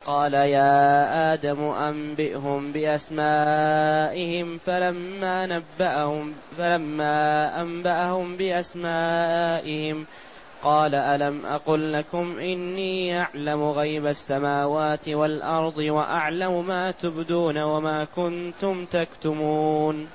قال يا آدم أنبئهم بأسمائهم فلما أنبأهم بأسمائهم قال ألم أقل لكم إني أعلم غيب السماوات والأرض وأعلم ما تبدون وما كنتم تكتمون.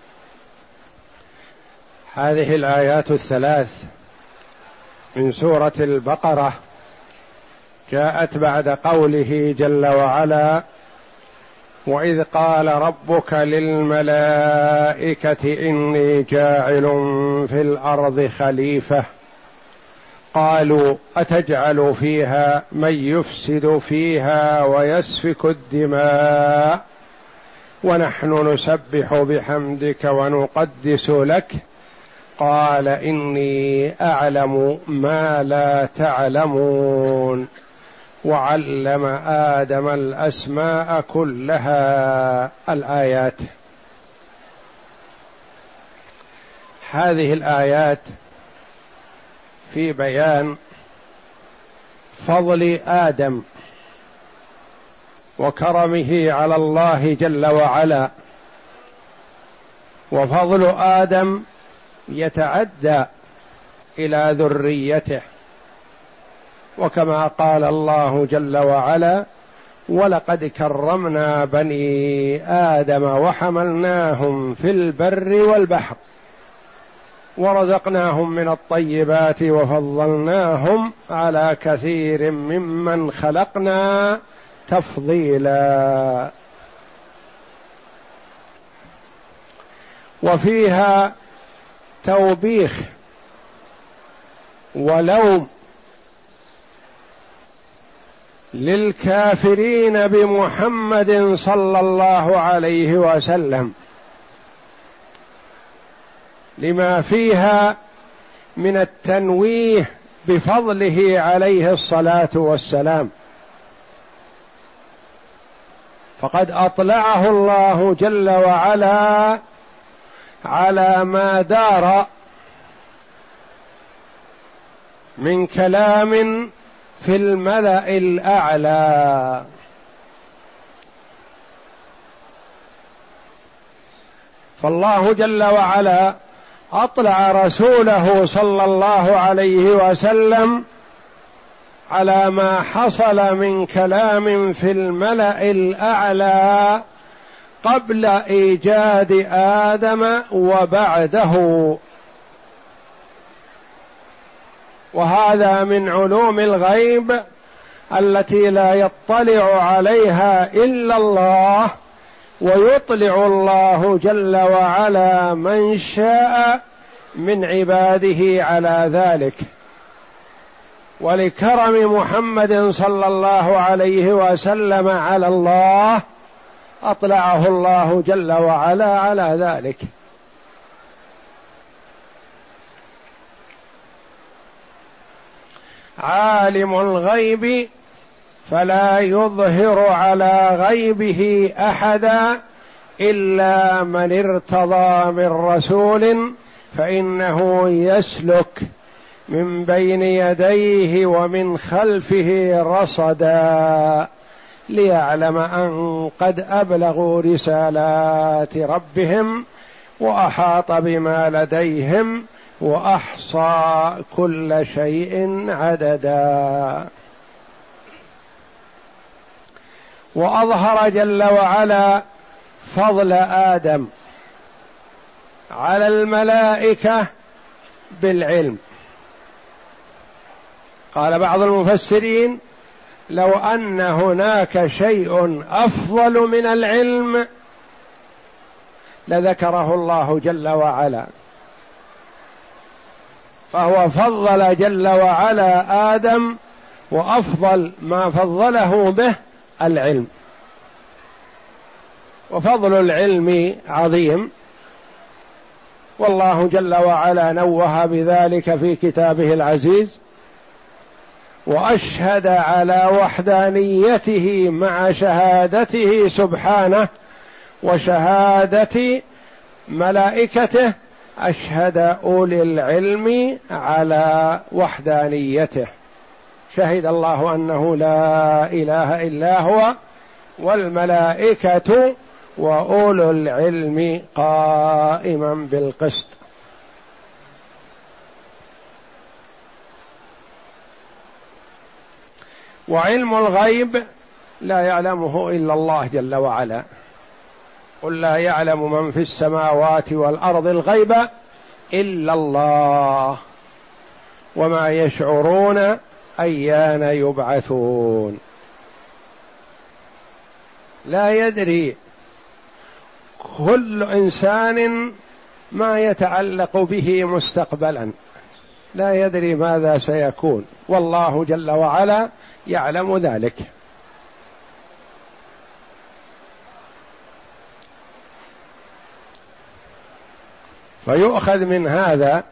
هذه الآيات الثلاث من سورة البقرة جاءت بعد قوله جل وعلا: وإذ قال ربك للملائكة إني جاعل في الأرض خليفة قالوا أتجعل فيها من يفسد فيها ويسفك الدماء ونحن نسبح بحمدك ونقدس لك قال إني أعلم ما لا تعلمون وعلم آدم الأسماء كلها. الآيات. هذه الآيات في بيان فضل آدم وكرمه على الله جل وعلا، وفضل آدم يتعدى إلى ذريته، وكما قال الله جل وعلا: ولقد كرمنا بني آدم وحملناهم في البر والبحر ورزقناهم من الطيبات وفضلناهم على كثير ممن خلقنا تفضيلا. وفيها توبيخ ولوم للكافرين بمحمد صلى الله عليه وسلم لما فيها من التنويه بفضله عليه الصلاة والسلام، فقد أطلعه الله جل وعلا على ما دار من كلام في الملأ الأعلى، فالله جل وعلا أطلع رسوله صلى الله عليه وسلم على ما حصل من كلام في الملأ الأعلى قبل إيجاد آدم وبعده، وهذا من علوم الغيب التي لا يطلع عليها إلا الله، ويطلع الله جل وعلا من شاء من عباده على ذلك. ولكرم محمد صلى الله عليه وسلم على الله أطلعه الله جل وعلا على ذلك. عالم الغيب فلا يظهر على غيبه أحدا إلا من ارتضى من رسول فإنه يسلك من بين يديه ومن خلفه رصدا ليعلم أن قد أبلغوا رسالات ربهم وأحاط بما لديهم وأحصى كل شيء عددا. وأظهر جل وعلا فضل آدم على الملائكة بالعلم. قال بعض المفسرين: لو أن هناك شيء أفضل من العلم لذكره الله جل وعلا، فهو فضل جل وعلا آدم، وأفضل ما فضله به العلم، وفضل العلم عظيم، والله جل وعلا نوه بذلك في كتابه العزيز، وأشهد على وحدانيته مع شهادته سبحانه وشهادة ملائكته، أشهد أولي العلم على وحدانيته، شهد الله أنه لا إله إلا هو والملائكة وأولو العلم قائما بالقسط. وعلم الغيب لا يعلمه إلا الله جل وعلا. قل لا يعلم من في السماوات والأرض الغيب إلا الله وما يشعرون أيان يبعثون. لا يدري كل إنسان ما يتعلق به مستقبلا، لا يدري ماذا سيكون، والله جل وعلا يعلم ذلك. فيؤخذ من هذا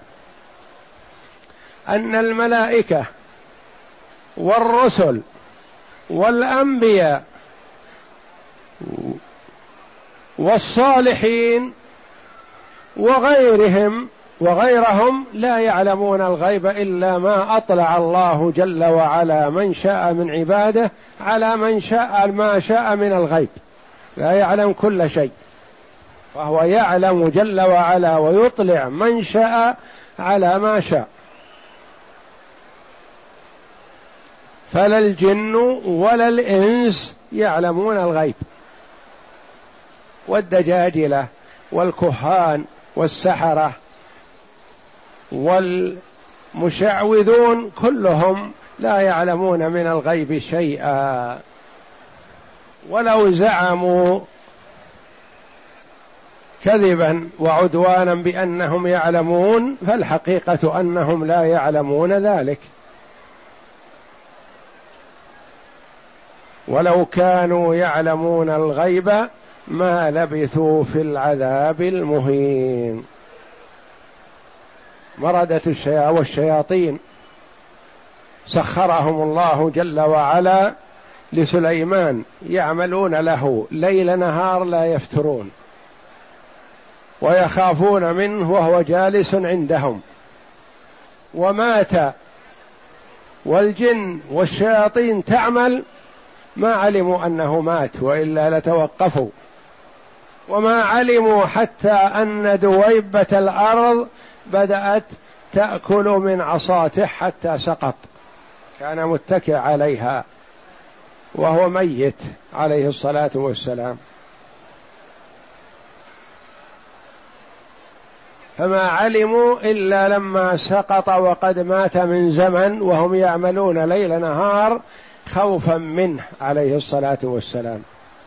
أن الملائكة والرسل والأنبياء والصالحين وغيرهم لا يعلمون الغيب إلا ما أطلع الله جل وعلا من شاء من عباده على ما شاء من الغيب، لا يعلم كل شيء، فهو يعلم جل وعلا ويطلع من شاء على ما شاء. فلا الجن ولا الإنس يعلمون الغيب، والدجاجلة والكهان والسحرة والمشعوذون كلهم لا يعلمون من الغيب شيئا، ولو زعموا كذبا وعدوانا بأنهم يعلمون فالحقيقة أنهم لا يعلمون ذلك. ولو كانوا يعلمون الغيب ما لبثوا في العذاب المهين. مردة والشياطين سخرهم الله جل وعلا لسليمان يعملون له ليل نهار لا يفترون، ويخافون منه وهو جالس عندهم، ومات والجن والشياطين تعمل ما علموا أنه مات وإلا لتوقفوا، وما علموا حتى أن دويبة الأرض بدأت تأكل من عصاته حتى سقط، كان متكئ عليها وهو ميت عليه الصلاة والسلام. فما علموا إلا لما سقط وقد مات من زمن وهم يعملون ليل نهار خوفا منه عليه الصلاة والسلام.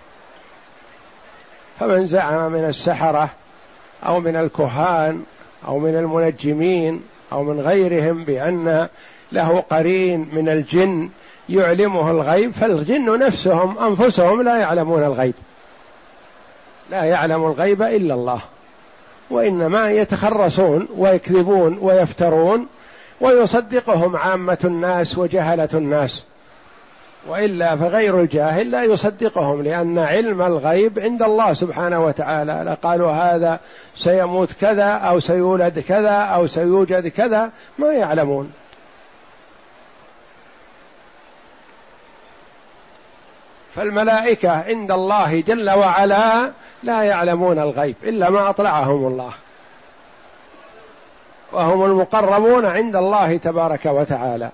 فمن زعم من السحرة أو من الكهان أو من المنجمين أو من غيرهم بأن له قرين من الجن يعلمه الغيب، فالجن نفسهم أنفسهم لا يعلمون الغيب، لا يعلم الغيب إلا الله، وإنما يتخرصون ويكذبون ويفترون ويصدقهم عامة الناس وجهلة الناس، وإلا فغير الجاهل لا يصدقهم، لأن علم الغيب عند الله سبحانه وتعالى. لقالوا هذا سيموت كذا أو سيولد كذا أو سيوجد كذا، ما يعلمون. فالملائكة عند الله جل وعلا لا يعلمون الغيب إلا ما أطلعهم الله، وهم المقربون عند الله تبارك وتعالى.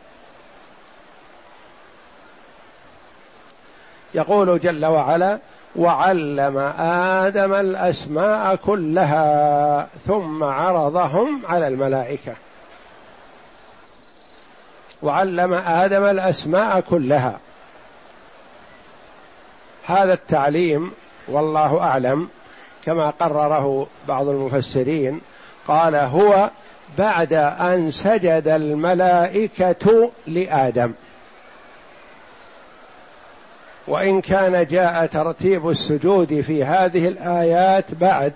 يقول جل وعلا: وعلم آدم الأسماء كلها ثم عرضهم على الملائكة. وعلم آدم الأسماء كلها، هذا التعليم والله أعلم كما قرره بعض المفسرين، قال هو بعد أن سجد الملائكة لآدم، وإن كان جاء ترتيب السجود في هذه الآيات بعد،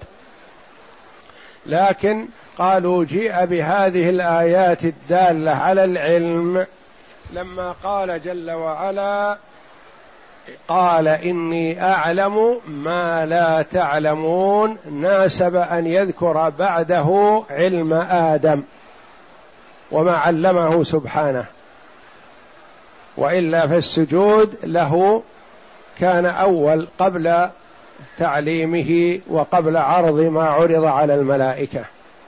لكن قالوا جيء بهذه الآيات الدالة على العلم لما قال جل وعلا: قال إني أعلم ما لا تعلمون، ناسب أن يذكر بعده علم آدم وما علمه سبحانه. وإلا فالسجود له كان أول قبل تعليمه وقبل عرض ما عرض على الملائكة.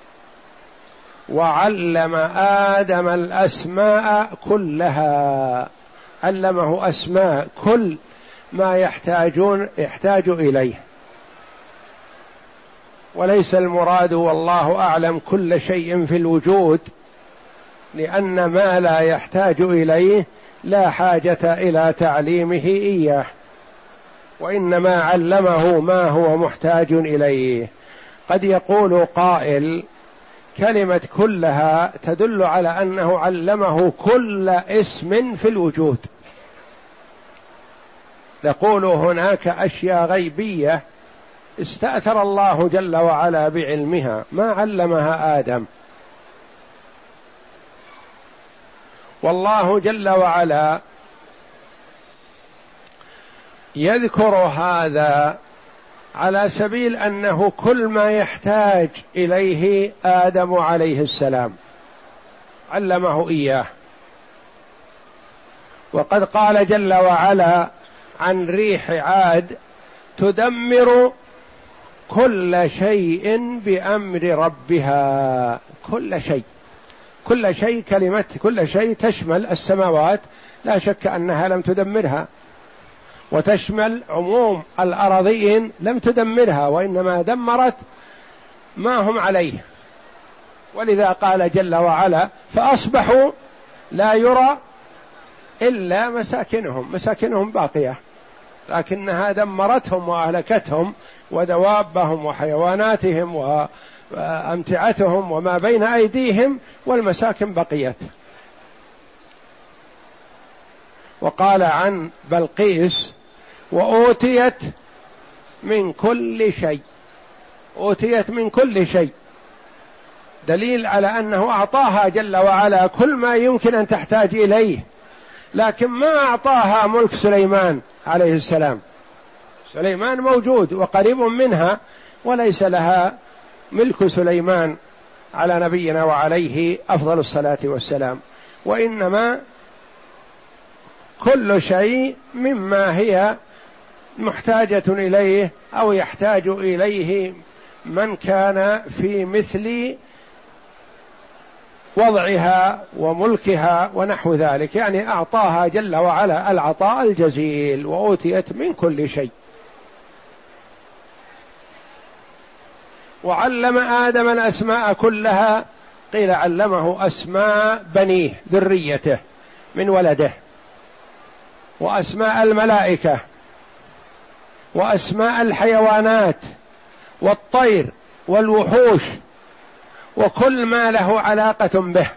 وعلم آدم الأسماء كلها، علمه أسماء كل ما يحتاج إليه، وليس المراد والله أعلم كل شيء في الوجود، لأن ما لا يحتاج إليه لا حاجة إلى تعليمه إياه، وإنما علمه ما هو محتاج إليه. قد يقول قائل كلمة كلها تدل على أنه علمه كل اسم في الوجود، نقول هناك أشياء غيبية استأثر الله جل وعلا بعلمها ما علمها آدم، والله جل وعلا يذكر هذا على سبيل أنه كل ما يحتاج إليه آدم عليه السلام علمه إياه. وقد قال جل وعلا عن ريح عاد تدمر كل شيء بأمر ربها، كل شيء، كل شيء، كلمة كل شيء تشمل السماوات، لا شك أنها لم تدمرها، وتشمل عموم الأراضين لم تدمرها، وإنما دمرت ما هم عليه. ولذا قال جل وعلا فأصبحوا لا يرى إلا مساكنهم باقية، لكنها دمرتهم وأهلكتهم ودوابهم وحيواناتهم وأمتعتهم وما بين أيديهم، والمساكن بقيت. وقال عن بلقيس وأوتيت من كل شيء، أوتيت من كل شيء، دليل على أنه أعطاها جل وعلا كل ما يمكن أن تحتاج إليه، لكن ما أعطاها ملك سليمان عليه السلام. سليمان موجود وقريب منها، وليس لها ملك سليمان على نبينا وعليه أفضل الصلاة والسلام، وإنما كل شيء مما هي محتاجة إليه أو يحتاج إليه من كان في مثل وضعها وملكها ونحو ذلك، يعني أعطاها جل وعلا العطاء الجزيل، وأوتيت من كل شيء. وعلم آدم الأسماء كلها، قيل علمه أسماء بنيه ذريته من ولده، وأسماء الملائكة، وأسماء الحيوانات والطير والوحوش، وكل ما له علاقة به.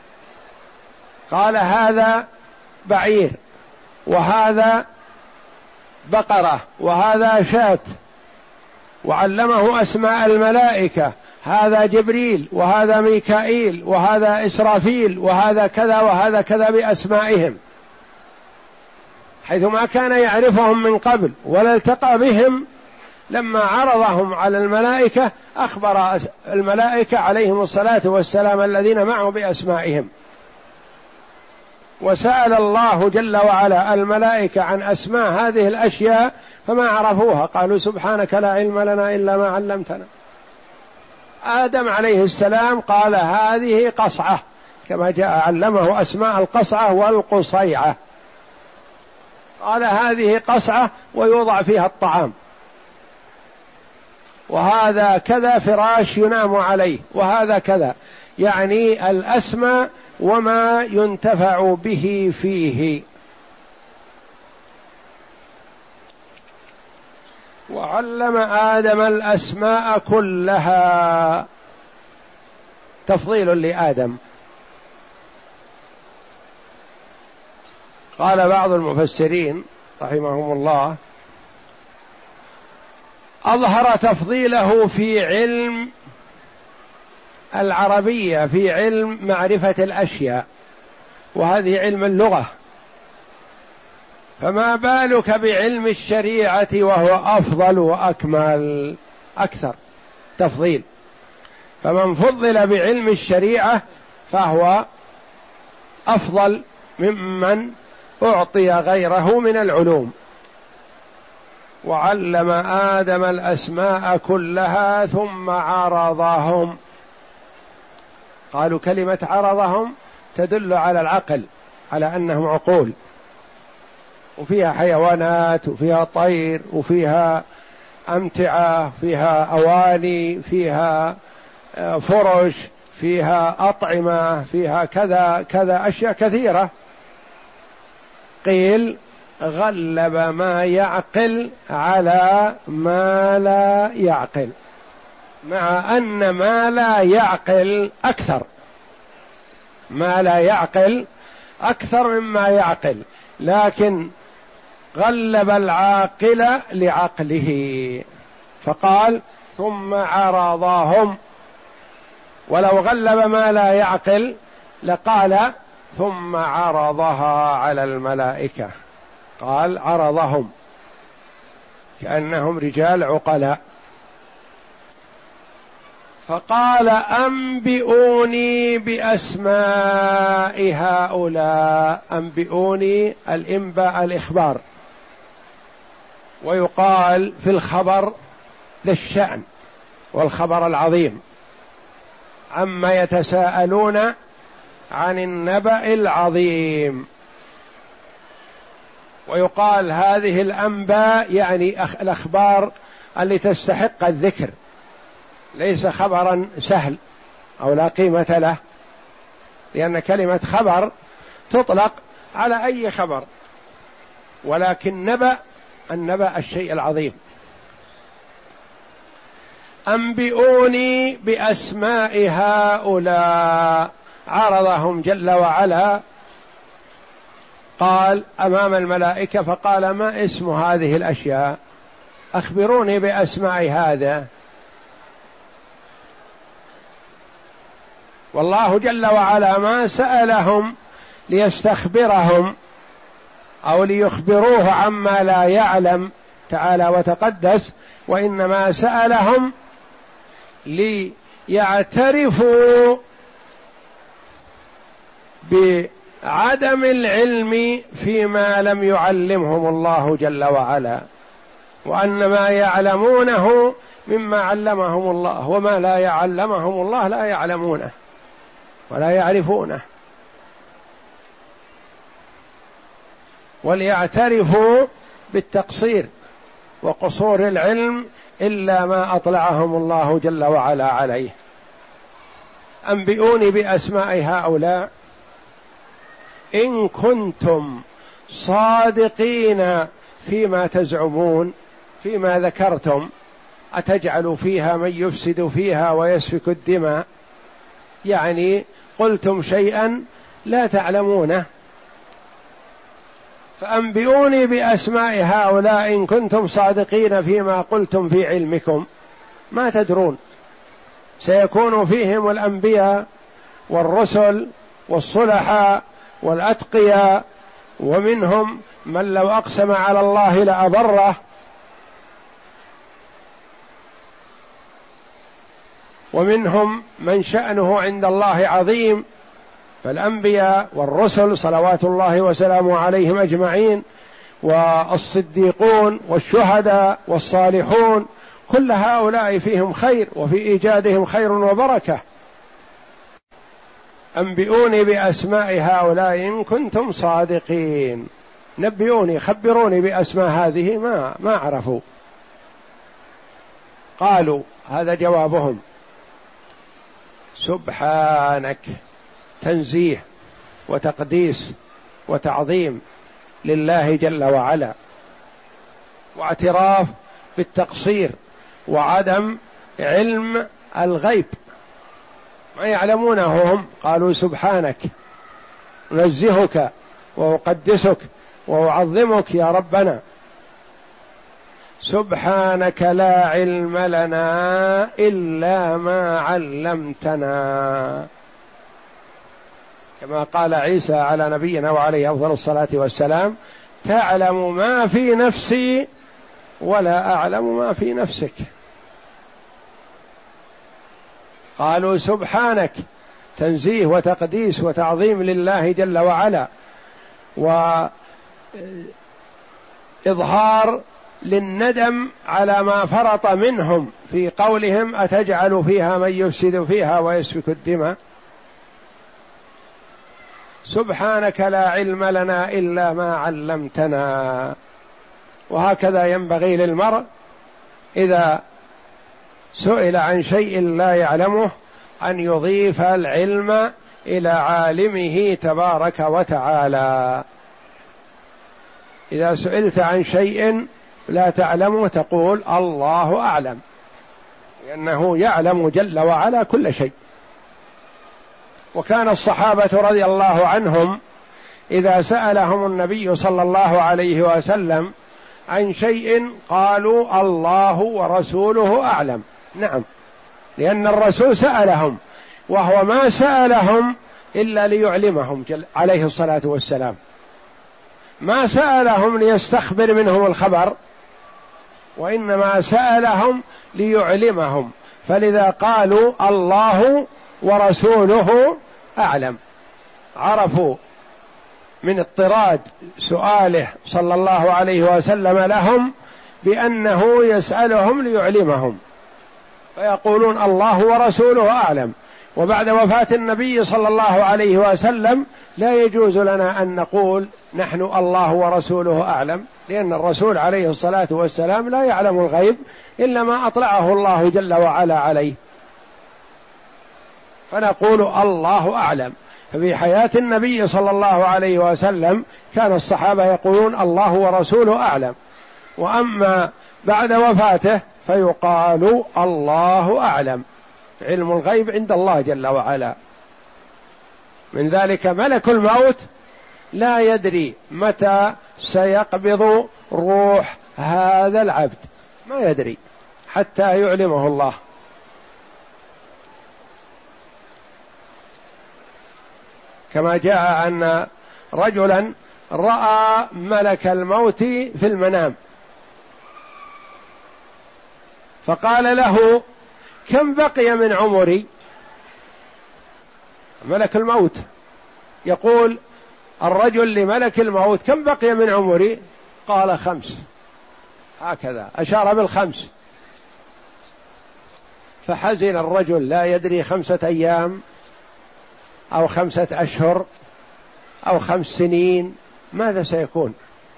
قال هذا بعير، وهذا بقرة، وهذا شاة. وعلمه أسماء الملائكة، هذا جبريل، وهذا ميكائيل، وهذا إسرافيل، وهذا كذا وهذا كذا بأسمائهم، حيث ما كان يعرفهم من قبل ولا التقى بهم. لما عرضهم على الملائكة أخبر الملائكة عليهم الصلاة والسلام الذين معه بأسمائهم، وسأل الله جل وعلا الملائكة عن أسماء هذه الأشياء فما عرفوها، قالوا سبحانك لا علم لنا إلا ما علمتنا. آدم عليه السلام قال هذه قصعة، كما جاء علمه أسماء القصعة والقصيعة، قال هذه قصعة ويوضع فيها الطعام، وهذا كذا فراش ينام عليه، وهذا كذا، يعني الأسماء وما ينتفع به فيه. وعلم آدم الأسماء كلها، تفضيل لآدم. قال بعض المفسرين رحمهم الله أظهر تفضيله في علم العربية، في علم معرفة الأشياء، وهذه علم اللغة، فما بالك بعلم الشريعة وهو أفضل وأكمل، أكثر تفضيل. فمن فضل بعلم الشريعة فهو أفضل ممن أعطي غيره من العلوم. وعلم آدم الأسماء كلها ثم عرضهم. قالوا كلمة عرضهم تدل على العقل، على أنهم عقول، وفيها حيوانات وفيها طير وفيها أمتعة، فيها أواني، فيها فرش، فيها أطعمة، فيها كذا كذا، أشياء كثيرة. قيل غلب ما يعقل على ما لا يعقل، مع أن ما لا يعقل أكثر، ما لا يعقل أكثر مما يعقل، لكن غلب العاقل لعقله فقال ثم عرضهم. ولو غلب ما لا يعقل لقال ثم عرضها على الملائكة، قال عرضهم كأنهم رجال عقلاء. فقال أنبئوني بأسماء هؤلاء. أنبئوني، الإنباء الإخبار، ويقال في الخبر ذا الشأن والخبر العظيم، عما يتساءلون عن النبأ العظيم. ويقال هذه الأنباء يعني الأخبار التي تستحق الذكر، ليس خبرا سهل أو لا قيمة له، لأن كلمة خبر تطلق على أي خبر، ولكن نبأ، النبأ الشيء العظيم. أنبئوني بأسماء هؤلاء، عرضهم جل وعلا، قال أمام الملائكة، فقال ما اسم هذه الأشياء؟ أخبروني بأسماء هذا. والله جل وعلا ما سألهم ليستخبرهم أو ليخبروه عما لا يعلم تعالى وتقدس، وإنما سألهم ليعترفوا بعدم العلم فيما لم يعلمهم الله جل وعلا، وأن ما يعلمونه مما علمهم الله، وما لا يعلمهم الله لا يعلمونه ولا يعرفونه. وليعترفوا بالتقصير وقصور العلم إلا ما أطلعهم الله جل وعلا عليه. أنبئوني بأسماء هؤلاء إن كنتم صادقين فيما تزعمون، فيما ذكرتم. أتجعل فيها من يفسد فيها ويسفك الدماء، يعني قلتم شيئا لا تعلمونه. فأنبئوني بأسماء هؤلاء إن كنتم صادقين فيما قلتم في علمكم. ما تدرون، سيكون فيهم الأنبياء والرسل والصلحاء والأتقياء، ومنهم من لو أقسم على الله لأبره، ومنهم من شأنه عند الله عظيم. فالأنبياء والرسل صلوات الله وسلامه عليهم أجمعين، والصديقون والشهداء والصالحون، كل هؤلاء فيهم خير، وفي إيجادهم خير وبركة. أنبئوني بأسماء هؤلاء إن كنتم صادقين. نبئوني، خبروني بأسماء هذه، ما عرفوا. قالوا، هذا جوابهم: سبحانك، تنزيه وتقديس وتعظيم لله جل وعلا، واعتراف بالتقصير وعدم علم الغيب، ما يعلمونه هم. قالوا سبحانك، أنزهك وأقدسك وأعظمك يا ربنا. سبحانك لا علم لنا إلا ما علمتنا، كما قال عيسى على نبينا وعليه أفضل الصلاة والسلام: تعلم ما في نفسي ولا أعلم ما في نفسك. قالوا سبحانك، تنزيه وتقديس وتعظيم لله جل وعلا، إظهار للندم على ما فرط منهم في قولهم أتجعل فيها من يفسد فيها ويسفك الدماء. سبحانك لا علم لنا إلا ما علمتنا. وهكذا ينبغي للمرء إذا سئل عن شيء لا يعلمه أن يضيف العلم إلى عالمه تبارك وتعالى. إذا سئلت عن شيء لا تعلمه تقول الله أعلم، لأنه يعلم جل وعلا كل شيء. وكان الصحابة رضي الله عنهم إذا سألهم النبي صلى الله عليه وسلم عن شيء قالوا الله ورسوله أعلم. نعم، لأن الرسول سألهم، وهو ما سألهم إلا ليعلمهم عليه الصلاة والسلام، ما سألهم ليستخبر منهم الخبر، وإنما سألهم ليعلمهم، فلذا قالوا الله ورسوله أعلم. عرفوا من اضطراد سؤاله صلى الله عليه وسلم لهم بأنه يسألهم ليعلمهم، فيقولون الله ورسوله أعلم. وبعد وفاة النبي صلى الله عليه وسلم لا يجوز لنا أن نقول نحن الله ورسوله أعلم، لأن الرسول عليه الصلاة والسلام لا يعلم الغيب إلا ما أطلعه الله جل وعلا عليه، فنقول الله أعلم. ففي حياة النبي صلى الله عليه وسلم كان الصحابة يقولون الله ورسوله أعلم، وأما بعد وفاته فيقال الله أعلم. علم الغيب عند الله جل وعلا. من ذلك ملك الموت لا يدري متى سيقبض روح هذا العبد، ما يدري حتى يعلمه الله. كما جاء أن رجلا رأى ملك الموت في المنام، فقال له كم بقي من عمري؟ ملك الموت يقول الرجل لملك الموت كم بقي من عمري؟ قال 5، هكذا أشار بالخمس. فحزن الرجل، لا يدري 5 أيام أو 5 أشهر أو 5 سنين ماذا سيكون.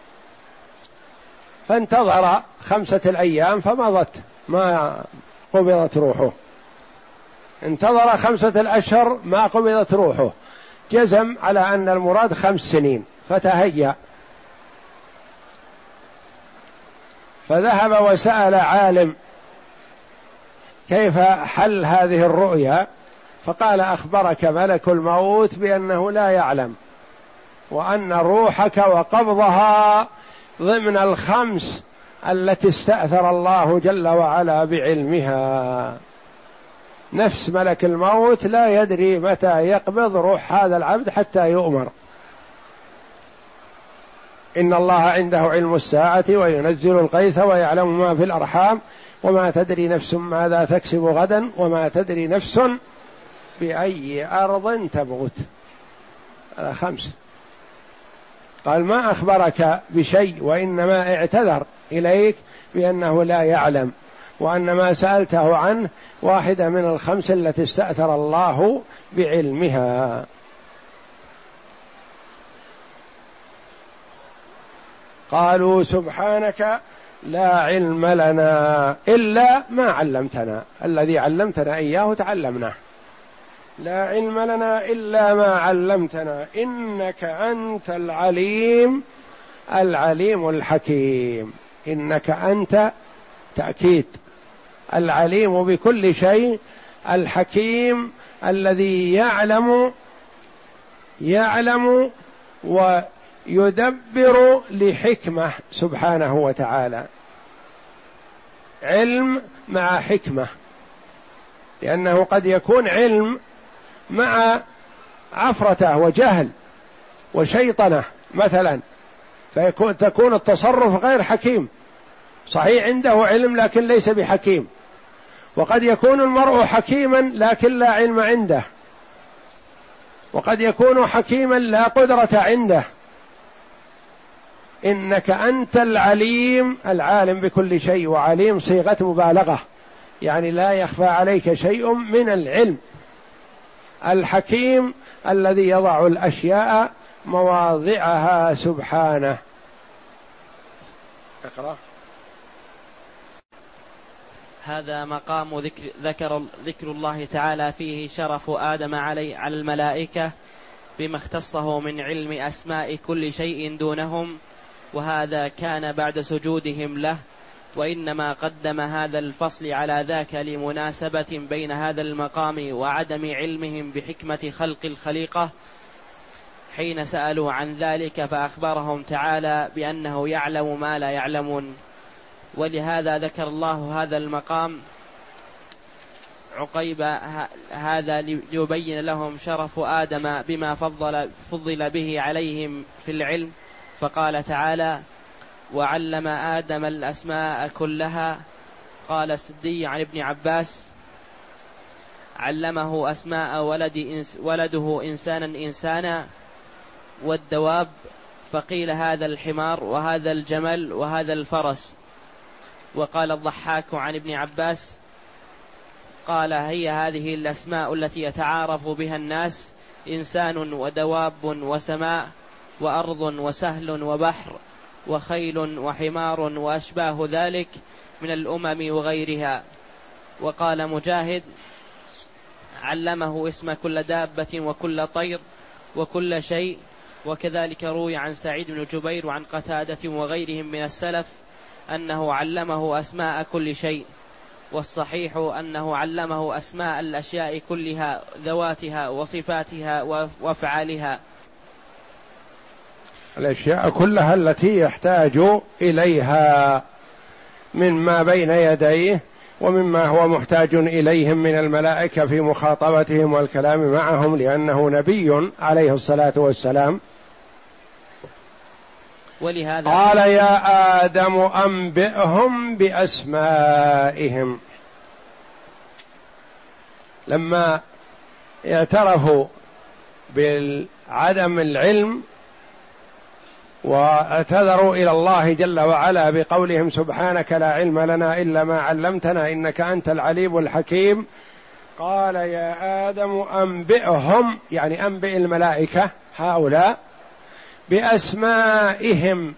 فانتظر 5 الأيام فمضت ما قبضت روحه، انتظر 5 الأشهر ما قبضت روحه، جزم على أن المراد 5 سنين، فتهيأ فذهب وسأل عالم كيف حل هذه الرؤيا، فقال أخبرك ملك الموت بأنه لا يعلم، وأن روحك وقبضها ضمن 5 التي استأثر الله جل وعلا بعلمها. نفس ملك الموت لا يدري متى يقبض روح هذا العبد حتى يؤمر. إن الله عنده علم الساعة وينزل الغيث ويعلم ما في الأرحام وما تدري نفس ماذا تكسب غدا وما تدري نفس بأي أرض تموت. 5. قال ما أخبرك بشيء، وإنما اعتذر إليك بأنه لا يعلم، وأن ما سألته عنه واحدة من 5 التي استأثر الله بعلمها. قالوا سبحانك لا علم لنا إلا ما علمتنا، الذي علمتنا إياه تعلمناه. لا علم لنا إلا ما علمتنا إنك أنت العليم الحكيم. إنك أنت تأكيد، العليم بكل شيء، الحكيم الذي يعلم ويدبر لحكمة سبحانه وتعالى. علم مع حكمة، لأنه قد يكون علم مع عفرته وجهل وشيطنة مثلا، تكون التصرف غير حكيم. صحيح عنده علم لكن ليس بحكيم. وقد يكون المرء حكيما لكن لا علم عنده، وقد يكون حكيما لا قدرة عنده. إنك أنت العليم العالم بكل شيء، وعليم صيغة مبالغة يعني لا يخفى عليك شيء من العلم، الحكيم الذي يضع الأشياء مواضعها سبحانه. اقرأ. هذا مقام ذكر الله تعالى فيه شرف آدم على الملائكة بما اختصه من علم أسماء كل شيء دونهم، وهذا كان بعد سجودهم له، وإنما قدم هذا الفصل على ذاك لمناسبة بين هذا المقام وعدم علمهم بحكمة خلق الخليقة حين سألوا عن ذلك، فأخبرهم تعالى بأنه يعلم ما لا يعلمون. ولهذا ذكر الله هذا المقام عقيب هذا ليبين لهم شرف آدم بما فضل به عليهم في العلم، فقال تعالى: وعلم آدم الأسماء كلها. قال السدي عن ابن عباس: علمه أسماء ولده إنسانا والدواب، فقيل هذا الحمار وهذا الجمل وهذا الفرس. وقال الضحاك عن ابن عباس قال: هي هذه الأسماء التي يتعارف بها الناس: إنسان ودواب وسماء وأرض وسهل وبحر وخيل وحمار وأشباه ذلك من الأمم وغيرها. وقال مجاهد: علمه اسم كل دابة وكل طير وكل شيء. وكذلك روي عن سعيد بن جبير وعن قتادة وغيرهم من السلف أنه علمه أسماء كل شيء، والصحيح أنه علمه أسماء الأشياء كلها، ذواتها وصفاتها وأفعالها، الأشياء كلها التي يحتاج إليها مما بين يديه ومما هو محتاج إليهم من الملائكة في مخاطبتهم والكلام معهم، لأنه نبي عليه الصلاة والسلام. ولهذا قال: يا آدم أنبئهم بأسمائهم. لما اعترفوا بعدم العلم واعتذروا إلى الله جل وعلا بقولهم: سبحانك لا علم لنا إلا ما علمتنا إنك أنت العليم الحكيم، قال: يا آدم أنبئهم، يعني أنبئ الملائكة هؤلاء بأسمائهم،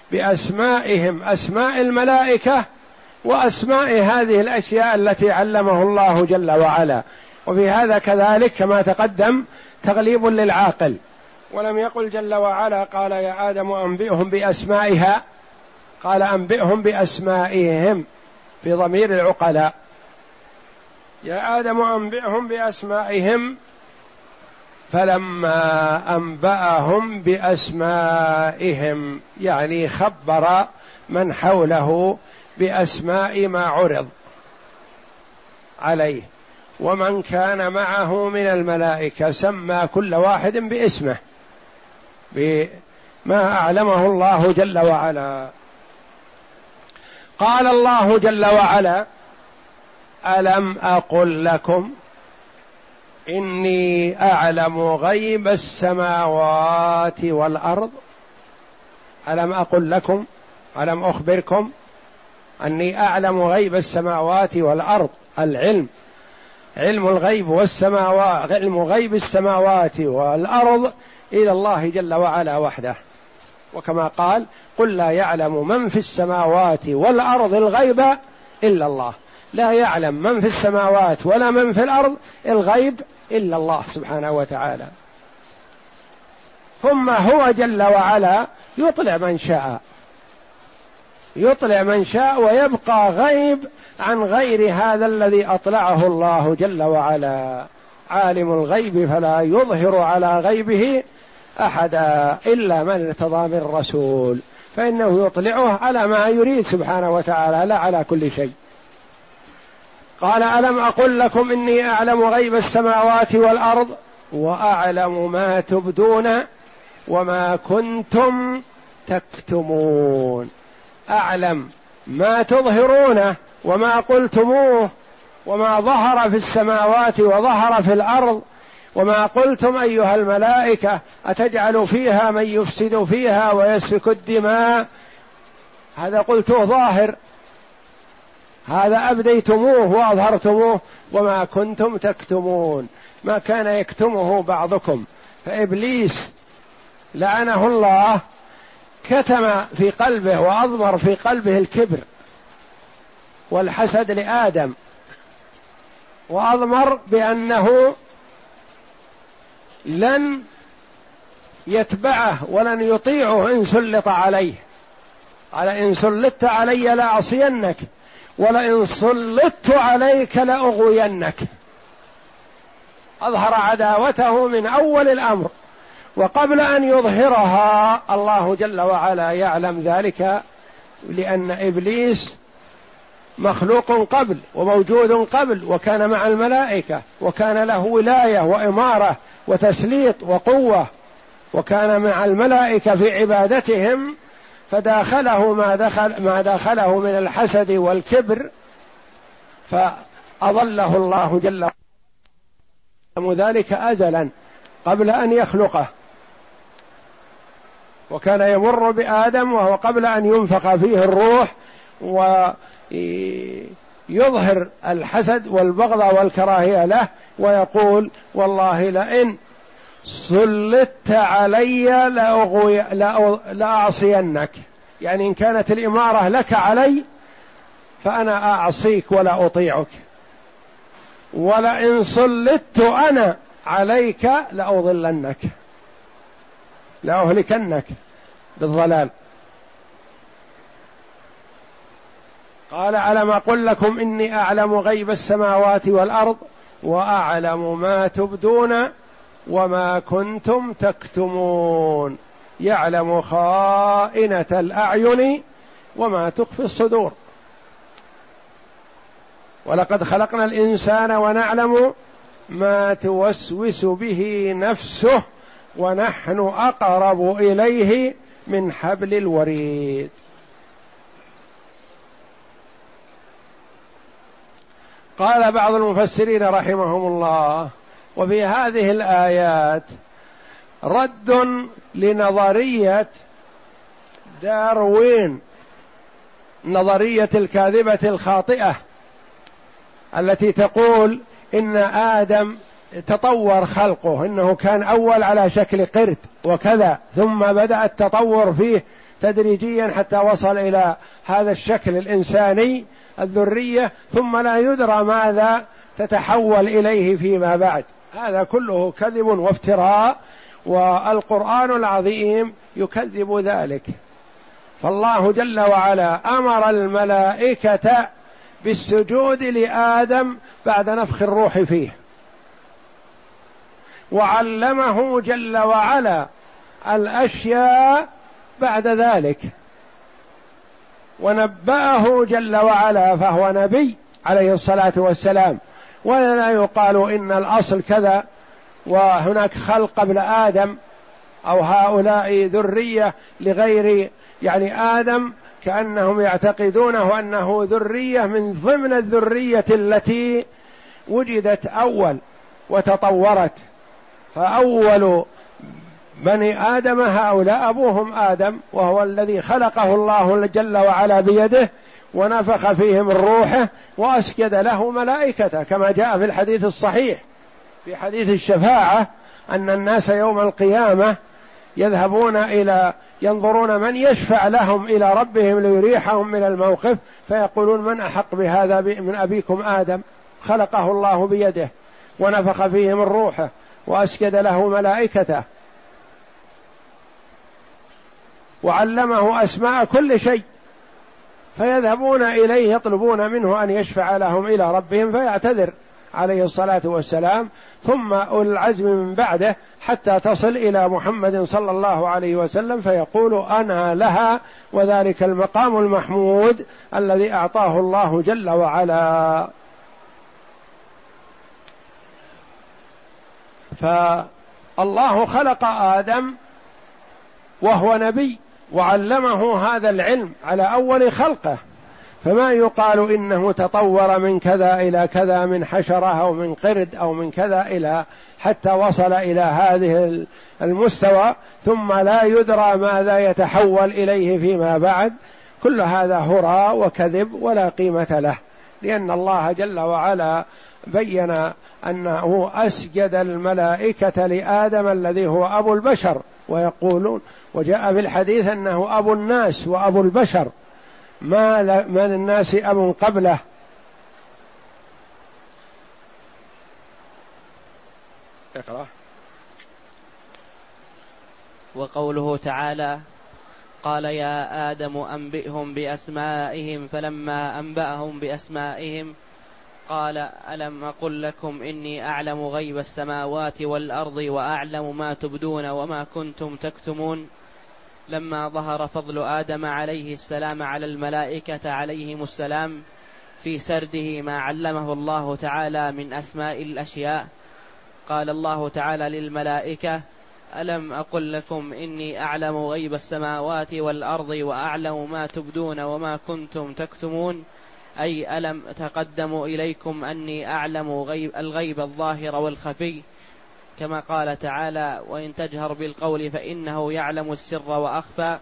أسماء الملائكة وأسماء هذه الأشياء التي علمه الله جل وعلا. وفي هذا كذلك كما تقدم تغليب للعاقل، ولم يقل جل وعلا قال: يا آدم أنبئهم بأسمائها، قال: أنبئهم بأسمائهم في ضمير العقلاء. يا آدم أنبئهم بأسمائهم، فلما أنبأهم بأسمائهم يعني خبر من حوله بأسماء ما عرض عليه، ومن كان معه من الملائكة سمى كل واحد باسمه بما أعلمه الله جل وعلا. قال الله جل وعلا: ألم أقل لكم إني أعلم غيب السماوات والأرض؟ ألم أقل لكم، ألم أخبركم أني أعلم غيب السماوات والأرض؟ العلم، علم الغيب والسماوات، علم غيب السماوات والأرض إلى الله جل وعلا وحده. وكما قال: قل لا يعلم من في السماوات والأرض الغيب إلا الله. لا يعلم من في السماوات ولا من في الأرض الغيب إلا الله سبحانه وتعالى. ثم هو جل وعلا يطلع من شاء ويبقى غيب عن غير هذا الذي أطلعه الله جل وعلا. عالم الغيب فلا يظهر على غيبه أحدا إلا من ارتضى من رسول، فإنه يطلعه على ما يريد سبحانه وتعالى لا على كل شيء. قال: ألم أقل لكم إني أعلم غيب السماوات والأرض وأعلم ما تبدون وما كنتم تكتمون. أعلم ما تظهرونه وما قلتموه وما ظهر في السماوات وظهر في الأرض، وما قلتم أيها الملائكة أتجعل فيها من يفسد فيها ويسفك الدماء، هذا قلتوه ظاهر، هذا أبديتموه وأظهرتموه، وما كنتم تكتمون، ما كان يكتمه بعضكم. فإبليس لعنه الله كتم في قلبه وأضمر في قلبه الكبر والحسد لآدم، وأضمر بأنه لن يتبعه ولن يطيعه إن سلط عليه، على إن سلطت علي لأعصينك ولئن سلطت عليك لأغوينك. أظهر عداوته من أول الأمر، وقبل أن يظهرها الله جل وعلا يعلم ذلك، لأن إبليس مخلوق قبل وموجود قبل، وكان مع الملائكة، وكان له ولاية وإمارة وتسليط وقوة، وكان مع الملائكة في عبادتهم، فداخله ما داخله من الحسد والكبر، فأضله الله جل وعلا ذلك أزلا قبل أن يخلقه. وكان يمر بآدم وهو قبل أن ينفخ فيه الروح ويظهر الحسد والبغض والكراهية له، ويقول والله لئن سلطت علي لأعصينك، يعني إن كانت الإمارة لك علي فأنا أعصيك ولا أطيعك، ولئن سلطت أنا عليك لأضلنك لأهلكنك بالضلال. قال ألم أقل لكم إني أعلم غيب السماوات والأرض وأعلم ما تبدون وما كنتم تكتمون، يعلم خائنة الأعين وما تخفي الصدور. ولقد خلقنا الإنسان ونعلم ما توسوس به نفسه ونحن أقرب إليه من حبل الوريد. قال بعض المفسرين رحمهم الله: وفي هذه الآيات رد لنظرية داروين، نظرية الكاذبة الخاطئة التي تقول إن آدم تطور خلقه، إنه كان أول على شكل قرد وكذا، ثم بدأ التطور فيه تدريجيا حتى وصل إلى هذا الشكل الإنساني الذرية، ثم لا يدرى ماذا تتحول إليه فيما بعد. هذا كله كذب وافتراء، والقرآن العظيم يكذب ذلك. فالله جل وعلا أمر الملائكة بالسجود لآدم بعد نفخ الروح فيه، وعلمه جل وعلا الأشياء بعد ذلك، ونبأه جل وعلا، فهو نبي عليه الصلاة والسلام. ولا يقال إن الأصل كذا وهناك خلق قبل آدم، أو هؤلاء ذرية لغير يعني آدم، كأنهم يعتقدونه أنه ذرية من ضمن الذرية التي وجدت أول وتطورت. فأول بني آدم هؤلاء أبوهم آدم، وهو الذي خلقه الله جل وعلا بيده ونفخ فيه من روحه وأسجد له ملائكته، كما جاء في الحديث الصحيح في حديث الشفاعة أن الناس يوم القيامة يذهبون إلى ينظرون من يشفع لهم إلى ربهم ليريحهم من الموقف، فيقولون من أحق بهذا من أبيكم آدم، خلقه الله بيده ونفخ فيه من روحه وأسجد له ملائكته وعلمه أسماء كل شيء، فيذهبون إليه يطلبون منه أن يشفع لهم إلى ربهم، فيعتذر عليه الصلاة والسلام، ثم أولي العزم من بعده حتى تصل إلى محمد صلى الله عليه وسلم، فيقول أنا لها، وذلك المقام المحمود الذي أعطاه الله جل وعلا. فالله خلق آدم وهو نبي وعلمه هذا العلم على أول خلقه، فما يقال إنه تطور من كذا إلى كذا، من حشرة أو من قرد أو من كذا إلى حتى وصل إلى هذه المستوى، ثم لا يدرى ماذا يتحول إليه فيما بعد. كل هذا هراء وكذب ولا قيمة له، لأن الله جل وعلا بين أنه أسجد الملائكة لآدم الذي هو أبو البشر، ويقولون وجاء في الحديث أنه أبو الناس وأبو البشر، ما للناس أب قبله. اقرأ. وقوله تعالى: قال يا آدم أنبئهم بأسمائهم، فلما أنبأهم بأسمائهم قال ألم أقل لكم إني أعلم غيب السماوات والأرض وأعلم ما تبدون وما كنتم تكتمون. لما ظهر فضل آدم عليه السلام على الملائكة عليهم السلام في سرده ما علمه الله تعالى من أسماء الأشياء، قال الله تعالى للملائكة: ألم أقل لكم إني أعلم غيب السماوات والأرض وأعلم ما تبدون وما كنتم تكتمون، أي ألم تقدم إليكم أني أعلم الغيب الظاهر والخفي، كما قال تعالى: وإن تجهر بالقول فإنه يعلم السر وأخفى.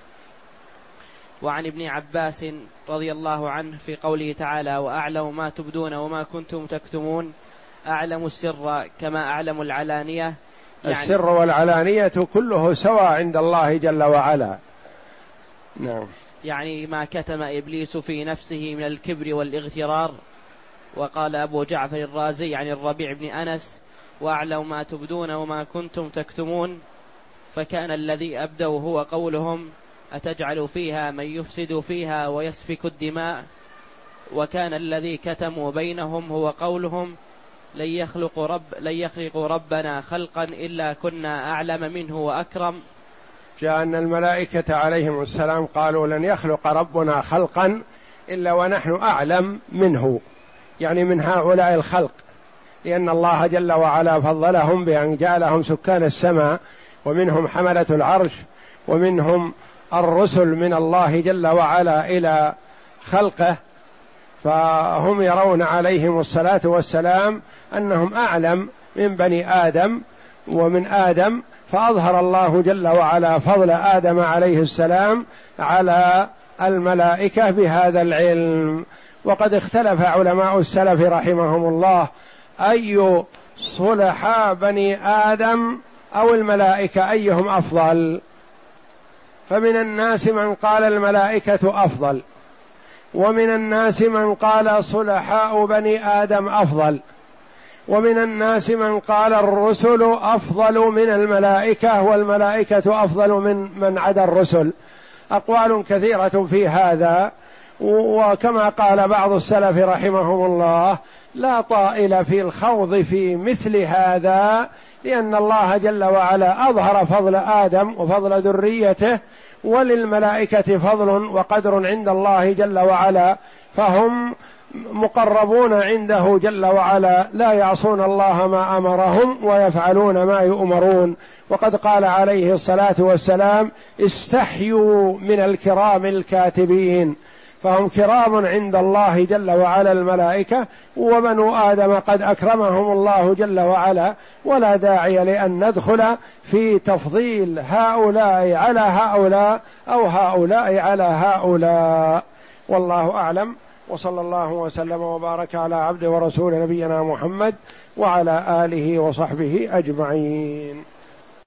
وعن ابن عباس رضي الله عنه في قوله تعالى: وأعلم ما تبدون وما كنتم تكتمون، أعلم السر كما أعلم العلانية، يعني السر والعلانية كله سواء عند الله جل وعلا. نعم. يعني ما كتم إبليس في نفسه من الكبر والاغترار. وقال أبو جعفر الرازي عن الربيع بن أنس: وأعلم ما تبدون وما كنتم تكتمون، فكان الذي أبدوا هو قولهم: أتجعل فيها من يفسد فيها ويسفك الدماء، وكان الذي كتموا بينهم هو قولهم: لن يخلق ربنا خلقا إلا كنا أعلم منه وأكرم. جاء أن الملائكة عليهم السلام قالوا: لن يخلق ربنا خلقا إلا ونحن أعلم منه، يعني من هؤلاء الخلق، لأن الله جل وعلا فضلهم بأن جعلهم سكان السماء، ومنهم حملة العرش، ومنهم الرسل من الله جل وعلا إلى خلقه، فهم يرون عليهم الصلاة والسلام أنهم أعلم من بني آدم ومن آدم، فأظهر الله جل وعلا فضل آدم عليه السلام على الملائكة بهذا العلم. وقد اختلف علماء السلف رحمهم الله أي صلحاء بني آدم أو الملائكة أيهم أفضل، فمن الناس من قال الملائكة أفضل، ومن الناس من قال صلحاء بني آدم أفضل، ومن الناس من قال الرسل أفضل من الملائكة، والملائكة أفضل من عدا الرسل. أقوال كثيرة في هذا، وكما قال بعض السلف رحمهم الله: لا طائل في الخوض في مثل هذا، لأن الله جل وعلا أظهر فضل آدم وفضل ذريته، وللملائكة فضل وقدر عند الله جل وعلا، فهم مقربون عنده جل وعلا، لا يعصون الله ما أمرهم ويفعلون ما يؤمرون. وقد قال عليه الصلاة والسلام: استحيوا من الكرام الكاتبين، فهم كرام عند الله جل وعلا الملائكة، وبنو آدم قد أكرمهم الله جل وعلا، ولا داعي لأن ندخل في تفضيل هؤلاء على هؤلاء أو هؤلاء على هؤلاء، والله أعلم. وصلى الله وسلم وبارك على عبد ورسول نبينا محمد وعلى آله وصحبه أجمعين.